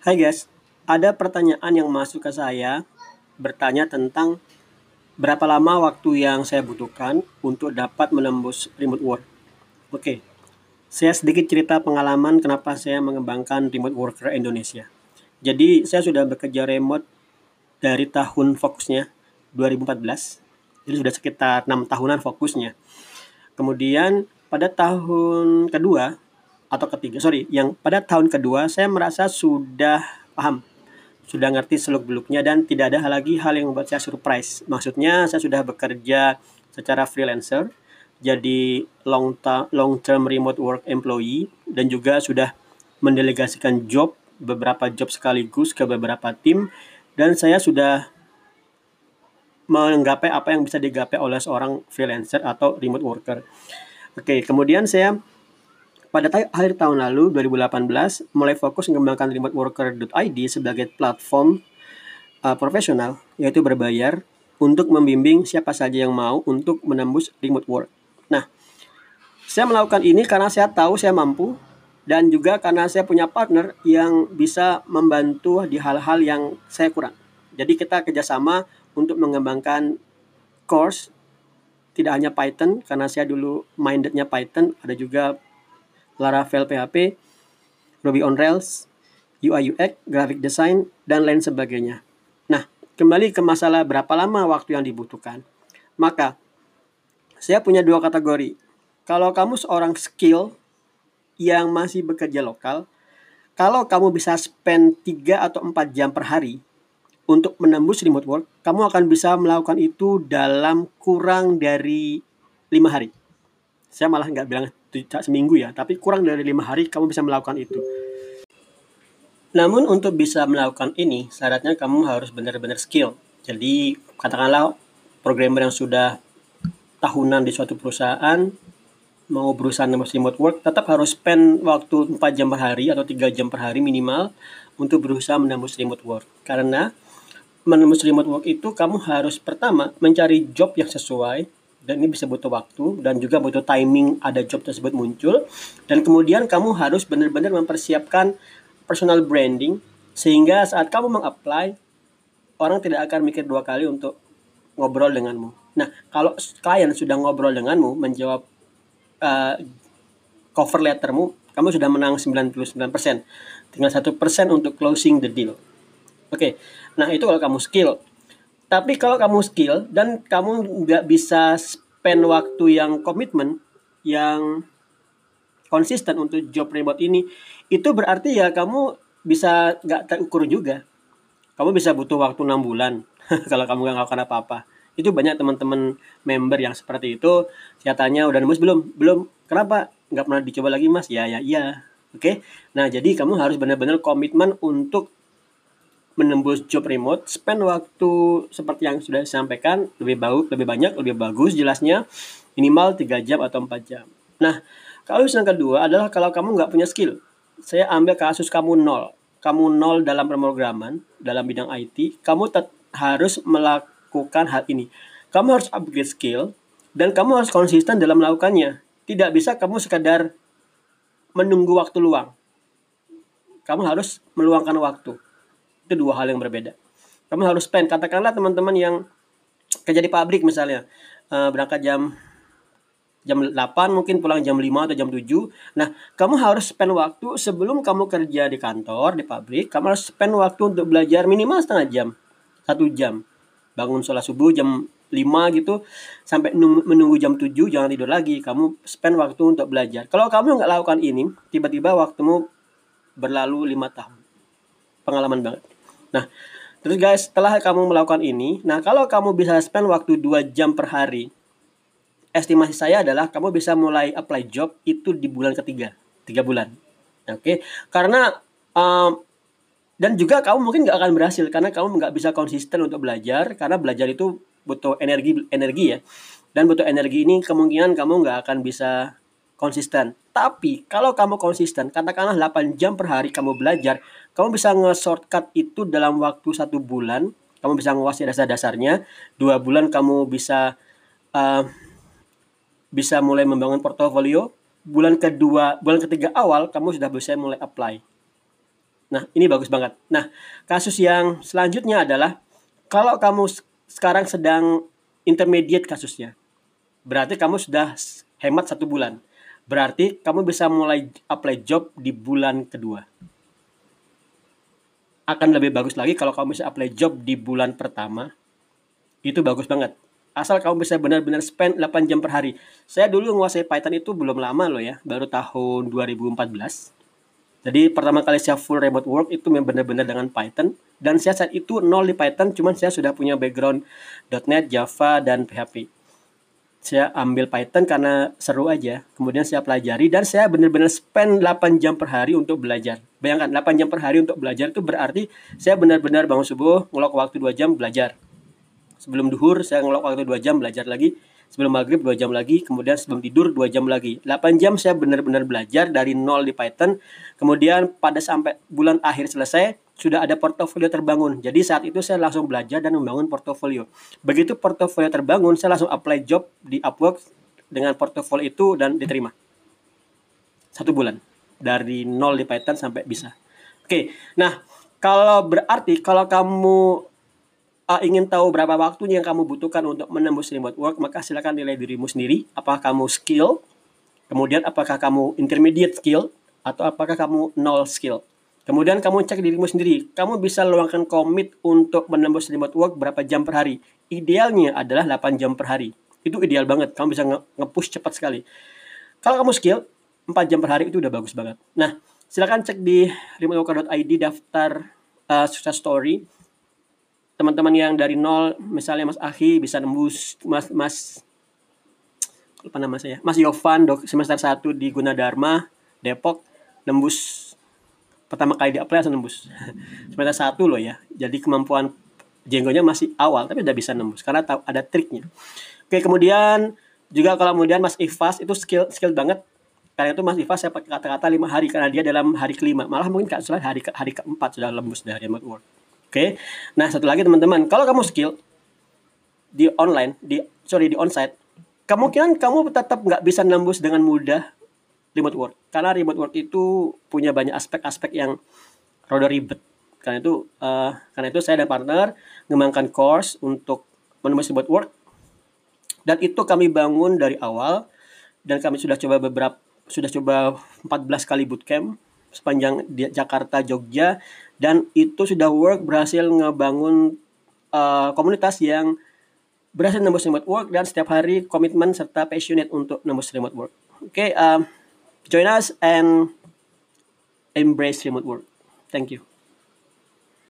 Hai guys, ada pertanyaan yang masuk ke saya bertanya tentang berapa lama waktu yang saya butuhkan untuk dapat menembus remote work. Oke, saya sedikit cerita pengalaman kenapa saya mengembangkan remote worker Indonesia. Jadi saya sudah bekerja remote dari tahun fokusnya 2014, jadi sudah sekitar 6 tahunan fokusnya. Kemudian pada tahun kedua atau ketiga, yang pada tahun kedua saya merasa sudah paham, sudah ngerti seluk-beluknya dan tidak ada lagi hal yang membuat saya surprise. Maksudnya saya sudah bekerja secara freelancer, jadi long term remote work employee, dan juga sudah mendelegasikan beberapa job sekaligus ke beberapa tim, dan saya sudah menggapai apa yang bisa digapai oleh seorang freelancer atau remote worker. Oke, kemudian saya pada akhir tahun lalu 2018 mulai fokus mengembangkan remoteworker.id sebagai platform profesional, yaitu berbayar untuk membimbing siapa saja yang mau untuk menembus remote work. Nah, saya melakukan ini karena saya tahu saya mampu dan juga karena saya punya partner yang bisa membantu di hal-hal yang saya kurang. Jadi kita kerjasama untuk mengembangkan course, tidak hanya Python, karena saya dulu mindednya Python, ada juga Laravel PHP, Ruby on Rails, UI UX, graphic design, dan lain sebagainya. Nah, kembali ke masalah berapa lama waktu yang dibutuhkan. Maka, saya punya dua kategori. Kalau kamu seorang skill yang masih bekerja lokal, kalau kamu bisa spend 3 atau 4 jam per hari untuk menembus remote work, kamu akan bisa melakukan itu dalam kurang dari 5 hari. Saya malah nggak bilang seminggu ya, tapi kurang dari 5 hari kamu bisa melakukan itu. Namun untuk bisa melakukan ini, syaratnya kamu harus benar-benar skill. Jadi katakanlah programmer yang sudah tahunan di suatu perusahaan, mau berusaha menembus remote work, tetap harus spend waktu 4 jam per hari atau 3 jam per hari minimal untuk berusaha menembus remote work. Karena menembus remote work itu kamu harus pertama mencari job yang sesuai, dan ini bisa butuh waktu dan juga butuh timing ada job tersebut muncul, dan kemudian kamu harus benar-benar mempersiapkan personal branding sehingga saat kamu meng-apply, orang tidak akan mikir dua kali untuk ngobrol denganmu. Nah, kalau klien sudah ngobrol denganmu, menjawab cover lettermu, kamu sudah menang 99%. Tinggal 1% untuk closing the deal. Oke, nah itu kalau kamu skill. Tapi kalau kamu skill dan kamu nggak bisa spend waktu yang komitmen, yang konsisten untuk job remote ini, itu berarti ya kamu bisa nggak terukur juga. Kamu bisa butuh waktu 6 bulan kalau kamu nggak melakukan apa-apa. Itu banyak teman-teman member yang seperti itu. Saya tanya, udah nembus belum? Belum. Kenapa? Nggak pernah dicoba lagi mas? Ya. Oke. Nah, jadi kamu harus benar-benar komitmen untuk menembus job remote, spend waktu seperti yang sudah disampaikan, lebih banyak, lebih bagus jelasnya, minimal 3 jam atau 4 jam. Nah, kasus yang kedua adalah kalau kamu nggak punya skill. Saya ambil kasus kamu nol. Kamu nol dalam pemrograman, dalam bidang IT, kamu harus melakukan hal ini. Kamu harus upgrade skill, dan kamu harus konsisten dalam melakukannya. Tidak bisa kamu sekadar menunggu waktu luang. Kamu harus meluangkan waktu. Itu dua hal yang berbeda. Kamu harus spend, katakanlah teman-teman yang kerja di pabrik misalnya, berangkat jam 8 mungkin pulang jam 5 atau jam 7. Nah, kamu harus spend waktu sebelum kamu kerja di kantor, di pabrik, kamu harus spend waktu untuk belajar minimal setengah jam, 1 jam. Bangun sholat subuh jam 5 gitu, sampai menunggu jam 7, jangan tidur lagi. Kamu spend waktu untuk belajar. Kalau kamu nggak lakukan ini, tiba-tiba waktumu berlalu 5 tahun. Pengalaman banget. Nah, terus guys, setelah kamu melakukan ini, nah kalau kamu bisa spend waktu 2 jam per hari, estimasi saya adalah kamu bisa mulai apply job itu di bulan ketiga, 3 bulan. Oke, karena dan juga kamu mungkin nggak akan berhasil karena kamu nggak bisa konsisten untuk belajar, karena belajar itu butuh energi ya, dan butuh energi ini kemungkinan kamu nggak akan bisa konsisten. Tapi kalau kamu konsisten, katakanlah 8 jam per hari kamu belajar, kamu bisa nge-shortcut itu dalam waktu 1 bulan, kamu bisa menguasai dasar-dasarnya. 2 bulan kamu bisa mulai membangun portofolio. Bulan ketiga awal kamu sudah bisa mulai apply. Nah, ini bagus banget. Nah, kasus yang selanjutnya adalah kalau kamu sekarang sedang intermediate kasusnya, berarti kamu sudah hemat 1 bulan. Berarti kamu bisa mulai apply job di bulan kedua. Akan lebih bagus lagi kalau kamu bisa apply job di bulan pertama. Itu bagus banget. Asal kamu bisa benar-benar spend 8 jam per hari. Saya dulu menguasai Python itu belum lama loh ya, baru tahun 2014. Jadi pertama kali saya full remote work itu benar-benar dengan Python, dan saya saat itu nol di Python, cuman saya sudah punya background .NET, Java, dan PHP. Saya ambil Python karena seru aja, kemudian saya pelajari dan saya benar-benar spend 8 jam per hari untuk belajar. Bayangkan 8 jam per hari untuk belajar itu berarti saya benar-benar bangun subuh, ngelok waktu 2 jam belajar. Sebelum duhur saya ngelok waktu 2 jam belajar lagi. Sebelum maghrib 2 jam lagi, kemudian sebelum tidur 2 jam lagi. 8 jam saya benar-benar belajar dari nol di Python. Kemudian pada sampai bulan akhir selesai, sudah ada portofolio terbangun. Jadi saat itu saya langsung belajar dan membangun portofolio. Begitu portofolio terbangun, saya langsung apply job di Upwork dengan portofolio itu dan diterima. 1 bulan. Dari nol di Python sampai bisa. Oke, nah kalau kamu ingin tahu berapa waktunya yang kamu butuhkan untuk menembus remote work, maka silakan nilai dirimu sendiri. Apakah kamu skill, kemudian apakah kamu intermediate skill, atau apakah kamu nol skill. Kemudian kamu cek dirimu sendiri. Kamu bisa luangkan komit untuk menembus remote work berapa jam per hari. Idealnya adalah 8 jam per hari. Itu ideal banget. Kamu bisa nge-push cepat sekali. Kalau kamu skill, 4 jam per hari itu udah bagus banget. Nah, silakan cek di remoteworker.id daftar success story. Teman-teman yang dari nol, misalnya Mas Ahi bisa nembus, Mas lupa nama saya, Mas Yovan semester 1 di Gunadarma, Depok, nembus pertama kali di apply langsung nembus. Semester 1 loh ya. Jadi kemampuan jenggonya masih awal, tapi udah bisa nembus karena ada triknya. Oke, kemudian juga kalau kemudian Mas Ifas itu skill banget. Karena itu Mas Ifas saya pakai kata-kata 5 hari karena dia dalam hari kelima. Malah mungkin salah hari keempat sudah lembus dari remote work. Oke. Nah, satu lagi teman-teman, kalau kamu skill di online, di onsite, kemungkinan kamu tetap nggak bisa nembus dengan mudah remote work. Karena remote work itu punya banyak aspek-aspek yang rada ribet. Karena itu saya dan partner mengembangkan course untuk menembus remote work. Dan itu kami bangun dari awal dan kami sudah coba 14 kali bootcamp sepanjang di Jakarta, Jogja, dan itu sudah berhasil ngebangun komunitas yang berhasil nembus remote work dan setiap hari komitmen serta passionate untuk nembus remote work. Oke, join us and embrace remote work. Thank you.